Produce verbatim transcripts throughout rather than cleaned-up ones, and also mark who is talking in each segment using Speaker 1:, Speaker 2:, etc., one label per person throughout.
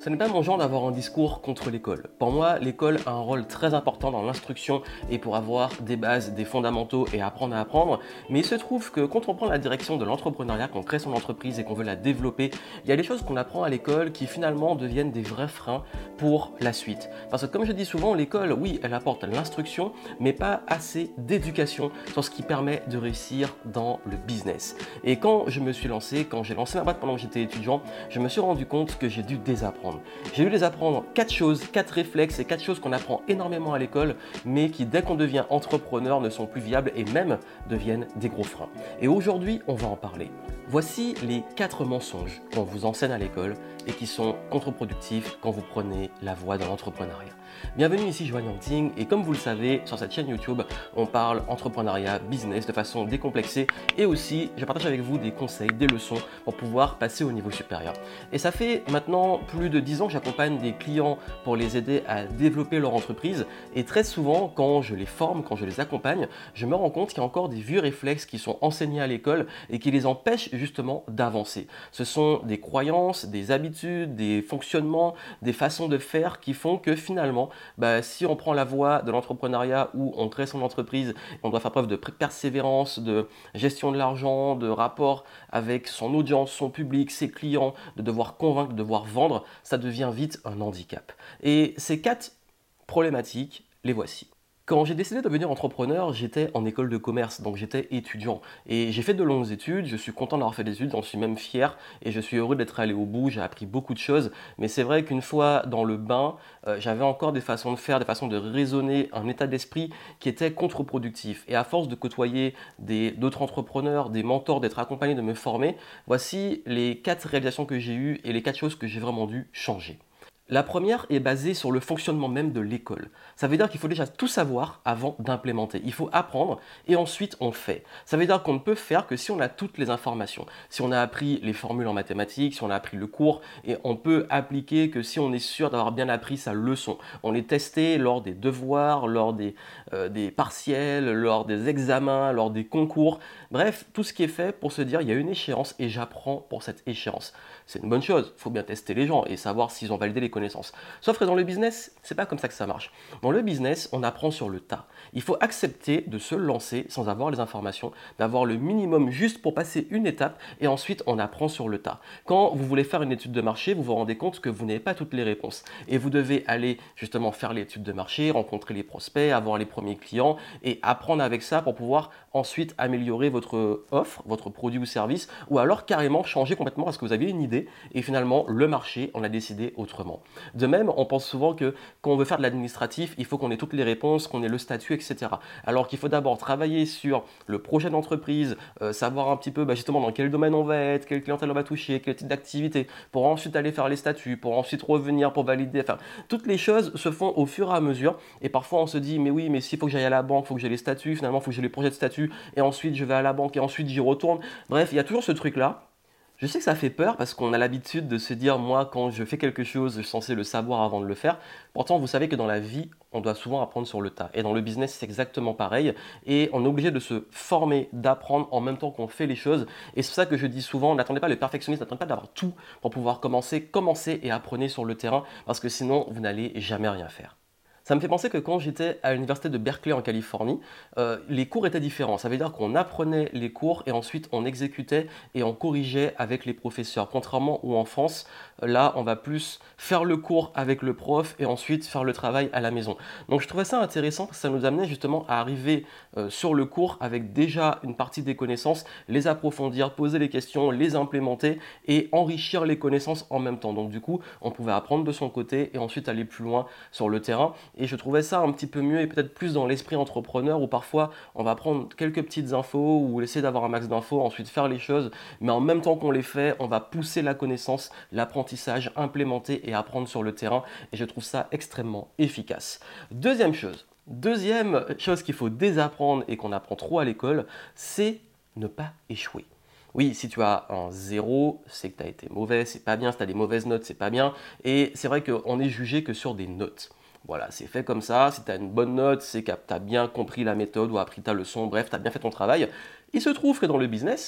Speaker 1: Ce n'est pas mon genre d'avoir un discours contre l'école. Pour moi, l'école a un rôle très important dans l'instruction et pour avoir des bases, des fondamentaux et apprendre à apprendre. Mais il se trouve que quand on prend la direction de l'entrepreneuriat, qu'on crée son entreprise et qu'on veut la développer, il y a des choses qu'on apprend à l'école qui finalement deviennent des vrais freins pour la suite. Parce que comme je dis souvent, l'école, oui, elle apporte l'instruction, mais pas assez d'éducation sur ce qui permet de réussir dans le business. Et quand je me suis lancé, quand j'ai lancé ma boîte pendant que j'étais étudiant, je me suis rendu compte que j'ai dû désapprendre. J'ai dû les apprendre quatre choses, quatre réflexes et quatre choses qu'on apprend énormément à l'école, mais qui dès qu'on devient entrepreneur ne sont plus viables et même deviennent des gros freins. Et aujourd'hui, on va en parler. Voici les quatre mensonges qu'on vous enseigne à l'école et qui sont contre-productifs quand vous prenez la voie de l'entrepreneuriat. Bienvenue ici Joanne Yangting et comme vous le savez, sur cette chaîne YouTube, on parle entrepreneuriat, business de façon décomplexée et aussi je partage avec vous des conseils, des leçons pour pouvoir passer au niveau supérieur. Et ça fait maintenant plus de dix ans que j'accompagne des clients pour les aider à développer leur entreprise et très souvent quand je les forme, quand je les accompagne, je me rends compte qu'il y a encore des vieux réflexes qui sont enseignés à l'école et qui les empêchent justement d'avancer. Ce sont des croyances, des habitudes, des fonctionnements, des façons de faire qui font que finalement, bah, si on prend la voie de l'entrepreneuriat où on crée son entreprise, on doit faire preuve de persévérance, de gestion de l'argent, de rapport avec son audience, son public, ses clients, de devoir convaincre, de devoir vendre, ça devient vite un handicap. Et ces quatre problématiques, les voici. Quand j'ai décidé de devenir entrepreneur, j'étais en école de commerce, donc j'étais étudiant. Et j'ai fait de longues études, je suis content d'avoir fait des études, j'en suis même fier et je suis heureux d'être allé au bout, j'ai appris beaucoup de choses. Mais c'est vrai qu'une fois dans le bain, euh, j'avais encore des façons de faire, des façons de raisonner, un état d'esprit qui était contre-productif. Et à force de côtoyer des- d'autres entrepreneurs, des mentors, d'être accompagné, de me former, voici les quatre réalisations que j'ai eues et les quatre choses que j'ai vraiment dû changer. La première est basée sur le fonctionnement même de l'école. Ça veut dire qu'il faut déjà tout savoir avant d'implémenter. Il faut apprendre et ensuite on fait. Ça veut dire qu'on ne peut faire que si on a toutes les informations. Si on a appris les formules en mathématiques, si on a appris le cours, et on peut appliquer que si on est sûr d'avoir bien appris sa leçon. On est testé lors des devoirs, lors des, euh, des partiels, lors des examens, lors des concours. Bref, tout ce qui est fait pour se dire il y a une échéance et j'apprends pour cette échéance. C'est une bonne chose. Il faut bien tester les gens et savoir s'ils ont validé les connaissances. Sauf que dans le business, c'est pas comme ça que ça marche. Dans le business, on apprend sur le tas. Il faut accepter de se lancer sans avoir les informations, d'avoir le minimum juste pour passer une étape et ensuite on apprend sur le tas. Quand vous voulez faire une étude de marché, vous vous rendez compte que vous n'avez pas toutes les réponses et vous devez aller justement faire l'étude de marché, rencontrer les prospects, avoir les premiers clients et apprendre avec ça pour pouvoir ensuite améliorer votre offre, votre produit ou service ou alors carrément changer complètement parce que vous aviez une idée et finalement le marché, on a décidé autrement. De même, on pense souvent que quand on veut faire de l'administratif, il faut qu'on ait toutes les réponses, qu'on ait le statut, et cetera. Alors qu'il faut d'abord travailler sur le projet d'entreprise, euh, savoir un petit peu bah, justement dans quel domaine on va être, quelle clientèle on va toucher, quel type d'activité, pour ensuite aller faire les statuts, pour ensuite revenir pour valider. Enfin, toutes les choses se font au fur et à mesure. Et parfois, on se dit, mais oui, mais s'il faut que j'aille à la banque, il faut que j'ai les statuts, finalement, il faut que j'ai les projets de statut, et ensuite je vais à la banque, et ensuite j'y retourne. Bref, il y a toujours ce truc-là. Je sais que ça fait peur parce qu'on a l'habitude de se dire, moi, quand je fais quelque chose, je suis censé le savoir avant de le faire. Pourtant, vous savez que dans la vie, on doit souvent apprendre sur le tas. Et dans le business, c'est exactement pareil. Et on est obligé de se former, d'apprendre en même temps qu'on fait les choses. Et c'est pour ça que je dis souvent, n'attendez pas le perfectionnisme, n'attendez pas d'avoir tout pour pouvoir commencer. Commencez et apprenez sur le terrain parce que sinon, vous n'allez jamais rien faire. Ça me fait penser que quand j'étais à l'université de Berkeley en Californie, euh, les cours étaient différents. Ça veut dire qu'on apprenait les cours et ensuite on exécutait et on corrigeait avec les professeurs. Contrairement où en France, là on va plus faire le cours avec le prof et ensuite faire le travail à la maison. Donc je trouvais ça intéressant parce que ça nous amenait justement à arriver euh, sur le cours avec déjà une partie des connaissances, les approfondir, poser les questions, les implémenter et enrichir les connaissances en même temps. Donc du coup, on pouvait apprendre de son côté et ensuite aller plus loin sur le terrain. Et je trouvais ça un petit peu mieux et peut-être plus dans l'esprit entrepreneur où parfois on va prendre quelques petites infos ou essayer d'avoir un max d'infos, ensuite faire les choses, mais en même temps qu'on les fait, on va pousser la connaissance, l'apprentissage, implémenter et apprendre sur le terrain. Et je trouve ça extrêmement efficace. Deuxième chose, deuxième chose qu'il faut désapprendre et qu'on apprend trop à l'école, c'est ne pas échouer. Oui, si tu as un zéro, c'est que tu as été mauvais, c'est pas bien. Si tu as des mauvaises notes, c'est pas bien. Et c'est vrai qu'on est jugé que sur des notes. Voilà, c'est fait comme ça. Si tu as une bonne note, c'est que tu as bien compris la méthode ou appris ta leçon. Bref, tu as bien fait ton travail. Il se trouve que dans le business,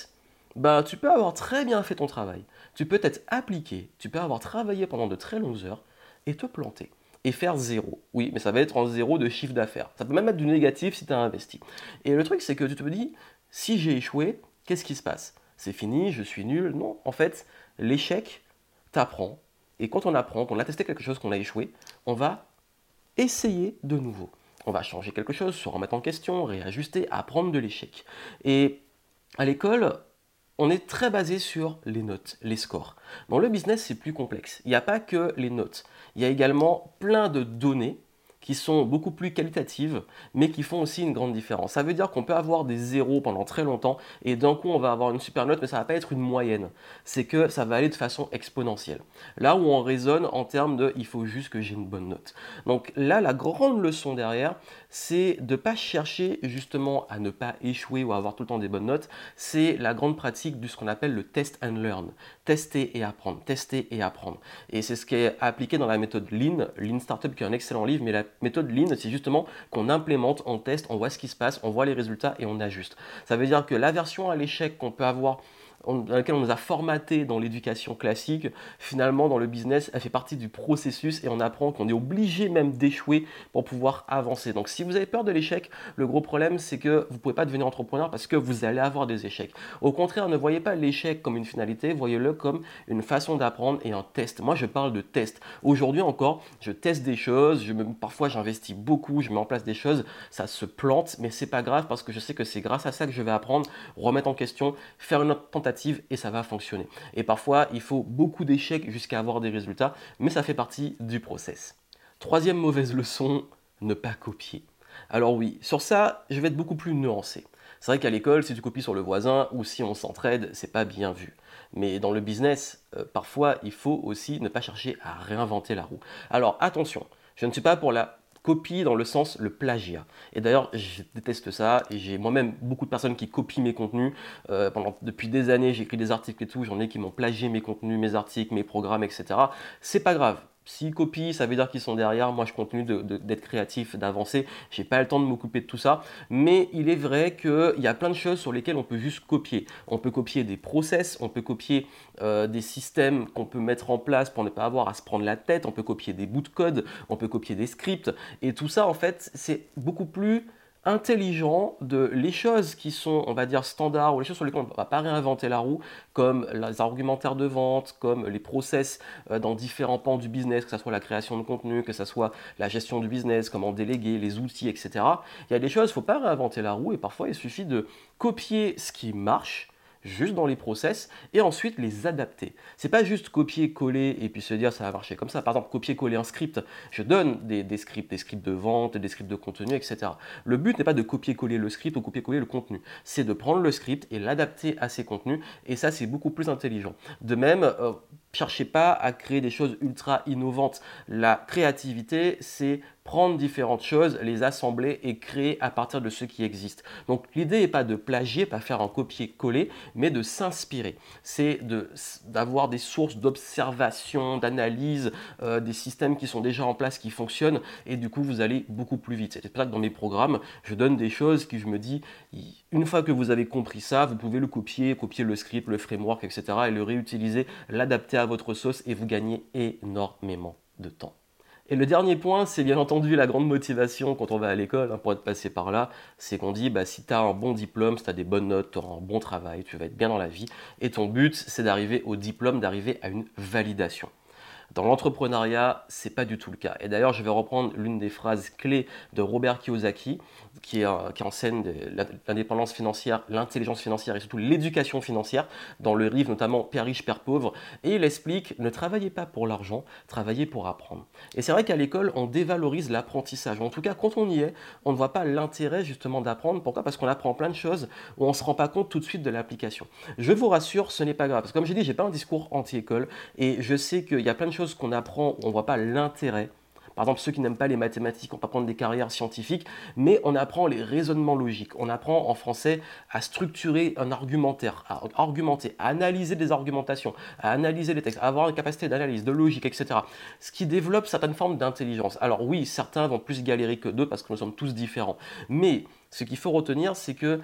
Speaker 1: Ben, tu peux avoir très bien fait ton travail, tu peux t'être appliqué, tu peux avoir travaillé pendant de très longues heures et te planter. Et faire zéro. Oui, mais ça va être en zéro de chiffre d'affaires. Ça peut même être du négatif si tu as investi. Et le truc, c'est que tu te dis, si j'ai échoué, qu'est-ce qui se passe? C'est fini, je suis nul. Non, en fait, l'échec t'apprend. Et quand on apprend, qu'on a testé quelque chose, qu'on a échoué, on va essayer de nouveau. On va changer quelque chose, se remettre en question, réajuster, apprendre de l'échec. Et à l'école, on est très basé sur les notes, les scores. Dans le business, c'est plus complexe. Il n'y a pas que les notes. Il y a également plein de données qui sont beaucoup plus qualitatives, mais qui font aussi une grande différence. Ça veut dire qu'on peut avoir des zéros pendant très longtemps, et d'un coup, on va avoir une super note, mais ça ne va pas être une moyenne. C'est que ça va aller de façon exponentielle. Là où on raisonne en termes de « il faut juste que j'ai une bonne note ». Donc là, la grande leçon derrière, c'est de ne pas chercher justement à ne pas échouer ou à avoir tout le temps des bonnes notes. C'est la grande pratique de ce qu'on appelle le test and learn. Tester et apprendre, tester et apprendre. Et c'est ce qui est appliqué dans la méthode Lean, Lean Startup qui est un excellent livre, mais la méthode Lean, c'est justement qu'on implémente, on teste, on voit ce qui se passe, on voit les résultats et on ajuste. Ça veut dire que l'aversion à l'échec qu'on peut avoir, dans laquelle on nous a formaté dans l'éducation classique, finalement dans le business, elle fait partie du processus et on apprend qu'on est obligé même d'échouer pour pouvoir avancer. Donc si vous avez peur de l'échec, le gros problème c'est que vous ne pouvez pas devenir entrepreneur parce que vous allez avoir des échecs. Au contraire, ne voyez pas l'échec comme une finalité, voyez-le comme une façon d'apprendre et un test. Moi je parle de test. Aujourd'hui encore, je teste des choses, je me, parfois j'investis beaucoup, je mets en place des choses, ça se plante, mais c'est pas grave parce que je sais que c'est grâce à ça que je vais apprendre, remettre en question, faire une autre tentative et ça va fonctionner. Et parfois, il faut beaucoup d'échecs jusqu'à avoir des résultats, mais ça fait partie du process. Troisième mauvaise leçon, ne pas copier. Alors oui, sur ça, je vais être beaucoup plus nuancé. C'est vrai qu'à l'école, si tu copies sur le voisin ou si on s'entraide, c'est pas bien vu. Mais dans le business, euh, parfois, il faut aussi ne pas chercher à réinventer la roue. Alors attention, je ne suis pas pour la copie dans le sens le plagiat. Et d'ailleurs, je déteste ça et j'ai moi-même beaucoup de personnes qui copient mes contenus. Euh, pendant, depuis des années, j'écris des articles et tout, j'en ai qui m'ont plagié mes contenus, mes articles, mes programmes, et cetera. C'est pas grave. S'ils copient, ça veut dire qu'ils sont derrière. Moi, je continue de, de, d'être créatif, d'avancer. J'ai pas le temps de m'occuper de tout ça. Mais il est vrai qu'il y a plein de choses sur lesquelles on peut juste copier. On peut copier des process, on peut copier euh, des systèmes qu'on peut mettre en place pour ne pas avoir à se prendre la tête. On peut copier des bouts de code, on peut copier des scripts. Et tout ça, en fait, c'est beaucoup plus intelligent de les choses qui sont, on va dire, standards, ou les choses sur lesquelles on ne va pas réinventer la roue, comme les argumentaires de vente, comme les process euh, dans différents pans du business, que ce soit la création de contenu, que ce soit la gestion du business, comment déléguer, les outils, et cetera. Il y a des choses, il ne faut pas réinventer la roue, et parfois il suffit de copier ce qui marche, juste dans les process et ensuite les adapter. C'est pas juste copier-coller et puis se dire ça va marcher comme ça. Par exemple, copier-coller un script, je donne des, des scripts, des scripts de vente, des scripts de contenu, et cetera. Le but n'est pas de copier-coller le script ou copier-coller le contenu, c'est de prendre le script et l'adapter à ses contenus et ça c'est beaucoup plus intelligent. De même, euh, cherchez pas à créer des choses ultra innovantes. La créativité, c'est prendre différentes choses, les assembler et créer à partir de ce qui existe. Donc l'idée n'est pas de plagier, pas faire un copier-coller, mais de s'inspirer. C'est de, d'avoir des sources d'observation, d'analyse, euh, des systèmes qui sont déjà en place, qui fonctionnent, et du coup vous allez beaucoup plus vite. C'est pour ça que dans mes programmes, je donne des choses qui je me dis, une fois que vous avez compris ça, vous pouvez le copier, copier le script, le framework, et cetera, et le réutiliser, l'adapter à votre sauce, et vous gagnez énormément de temps. Et le dernier point, c'est bien entendu la grande motivation quand on va à l'école, hein, pour être passé par là, c'est qu'on dit bah, si tu as un bon diplôme, si tu as des bonnes notes, tu auras un bon travail, tu vas être bien dans la vie, et ton but, c'est d'arriver au diplôme, d'arriver à une validation. Dans l'entrepreneuriat, c'est pas du tout le cas. Et d'ailleurs, je vais reprendre l'une des phrases clés de Robert Kiyosaki, qui, est, qui enseigne l'indépendance financière, l'intelligence financière et surtout l'éducation financière, dans le livre notamment Père riche, Père pauvre. Et il explique, ne travaillez pas pour l'argent, travaillez pour apprendre. Et c'est vrai qu'à l'école, on dévalorise l'apprentissage. En tout cas, quand on y est, on ne voit pas l'intérêt justement d'apprendre. Pourquoi? Parce qu'on apprend plein de choses où on ne se rend pas compte tout de suite de l'application. Je vous rassure, ce n'est pas grave. Parce que comme j'ai dit, j'ai pas un discours anti-école et je sais qu'il y a plein de choses qu'on apprend où on ne voit pas l'intérêt. Par exemple, ceux qui n'aiment pas les mathématiques, on ne va pas prendre des carrières scientifiques, mais on apprend les raisonnements logiques. On apprend en français à structurer un argumentaire, à argumenter, à analyser des argumentations, à analyser les textes, à avoir une capacité d'analyse, de logique, et cetera. Ce qui développe certaines formes d'intelligence. Alors oui, certains vont plus galérer que d'autres parce que nous sommes tous différents. Mais ce qu'il faut retenir, c'est que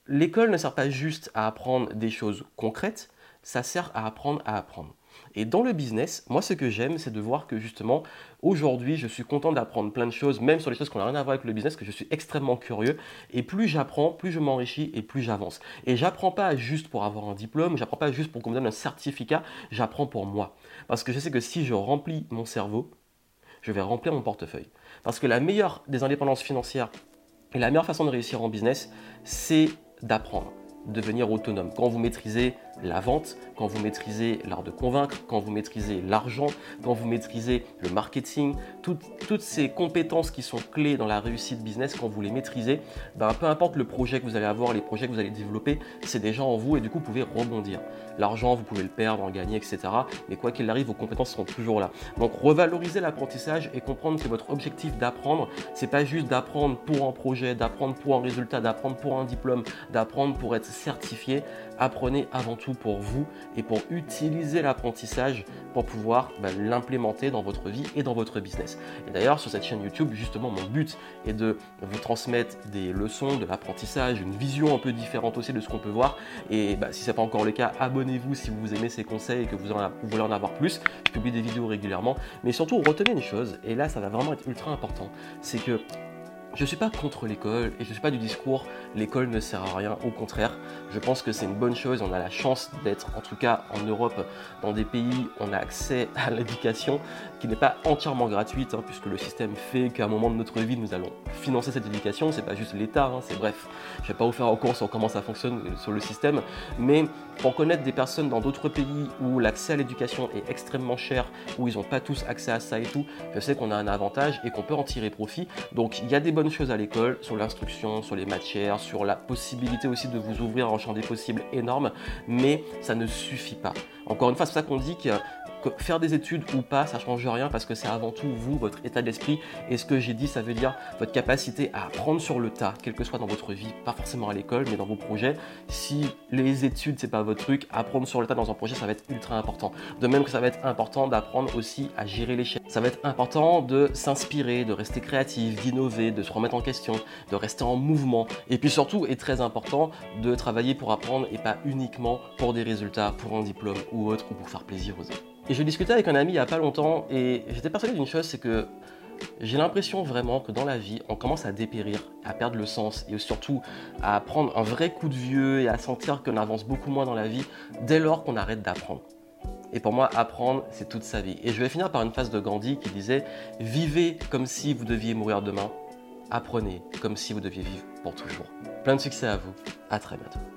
Speaker 1: l'école ne sert pas juste à apprendre des choses concrètes, ça sert à apprendre à apprendre. Et dans le business, moi ce que j'aime, c'est de voir que justement, aujourd'hui, je suis content d'apprendre plein de choses, même sur les choses qui n'ont rien à voir avec le business, que je suis extrêmement curieux. Et plus j'apprends, plus je m'enrichis et plus j'avance. Et j'apprends pas juste pour avoir un diplôme, j'apprends pas juste pour qu'on me donne un certificat, j'apprends pour moi. Parce que je sais que si je remplis mon cerveau, je vais remplir mon portefeuille. Parce que la meilleure des indépendances financières et la meilleure façon de réussir en business, c'est d'apprendre, devenir autonome. Quand vous maîtrisez la vente, quand vous maîtrisez l'art de convaincre, quand vous maîtrisez l'argent, quand vous maîtrisez le marketing, tout, toutes ces compétences qui sont clés dans la réussite business, quand vous les maîtrisez, ben, peu importe le projet que vous allez avoir, les projets que vous allez développer, c'est déjà en vous et du coup vous pouvez rebondir. L'argent, vous pouvez le perdre, en gagner, et cetera. Mais quoi qu'il arrive, vos compétences seront toujours là. Donc revaloriser l'apprentissage et comprendre que votre objectif d'apprendre, c'est pas juste d'apprendre pour un projet, d'apprendre pour un résultat, d'apprendre pour un diplôme, d'apprendre pour être certifié. Apprenez avant tout pour vous et pour utiliser l'apprentissage pour pouvoir bah, l'implémenter dans votre vie et dans votre business. Et d'ailleurs, sur cette chaîne YouTube, justement, mon but est de vous transmettre des leçons, de l'apprentissage, une vision un peu différente aussi de ce qu'on peut voir. Et bah, si ce n'est pas encore le cas, abonnez-vous si vous aimez ces conseils et que vous, en a, vous voulez en avoir plus. Je publie des vidéos régulièrement. Mais surtout, retenez une chose, et là, ça va vraiment être ultra important, c'est que je ne suis pas contre l'école et je ne suis pas du discours l'école ne sert à rien, au contraire, je pense que c'est une bonne chose, on a la chance d'être en tout cas en Europe, dans des pays où on a accès à l'éducation qui n'est pas entièrement gratuite, hein, puisque le système fait qu'à un moment de notre vie nous allons financer cette éducation, c'est pas juste l'État, hein, c'est bref, je ne vais pas vous faire un cours sur comment ça fonctionne sur le système, mais pour connaître des personnes dans d'autres pays où l'accès à l'éducation est extrêmement cher, où ils n'ont pas tous accès à ça et tout, je sais qu'on a un avantage et qu'on peut en tirer profit, donc il y a des bonnes choses à l'école, sur l'instruction, sur les matières, sur la possibilité aussi de vous ouvrir un champ des possibles énorme, mais ça ne suffit pas. Encore une fois, c'est pour ça qu'on dit que que faire des études ou pas, ça ne change rien parce que c'est avant tout vous, votre état d'esprit. Et ce que j'ai dit, ça veut dire votre capacité à apprendre sur le tas, quel que soit dans votre vie, pas forcément à l'école, mais dans vos projets. Si les études, c'est pas votre truc, apprendre sur le tas dans un projet, ça va être ultra important. De même que ça va être important d'apprendre aussi à gérer l'échec. Ça va être important de s'inspirer, de rester créatif, d'innover, de se remettre en question, de rester en mouvement. Et puis surtout, et très important, de travailler pour apprendre et pas uniquement pour des résultats, pour un diplôme ou autre, ou pour faire plaisir aux autres. Et je discutais avec un ami il n'y a pas longtemps et j'étais persuadé d'une chose, c'est que j'ai l'impression vraiment que dans la vie, on commence à dépérir, à perdre le sens et surtout à prendre un vrai coup de vieux et à sentir qu'on avance beaucoup moins dans la vie dès lors qu'on arrête d'apprendre. Et pour moi, apprendre, c'est toute sa vie. Et je vais finir par une phrase de Gandhi qui disait « Vivez comme si vous deviez mourir demain, apprenez comme si vous deviez vivre pour toujours ». Plein de succès à vous, à très bientôt.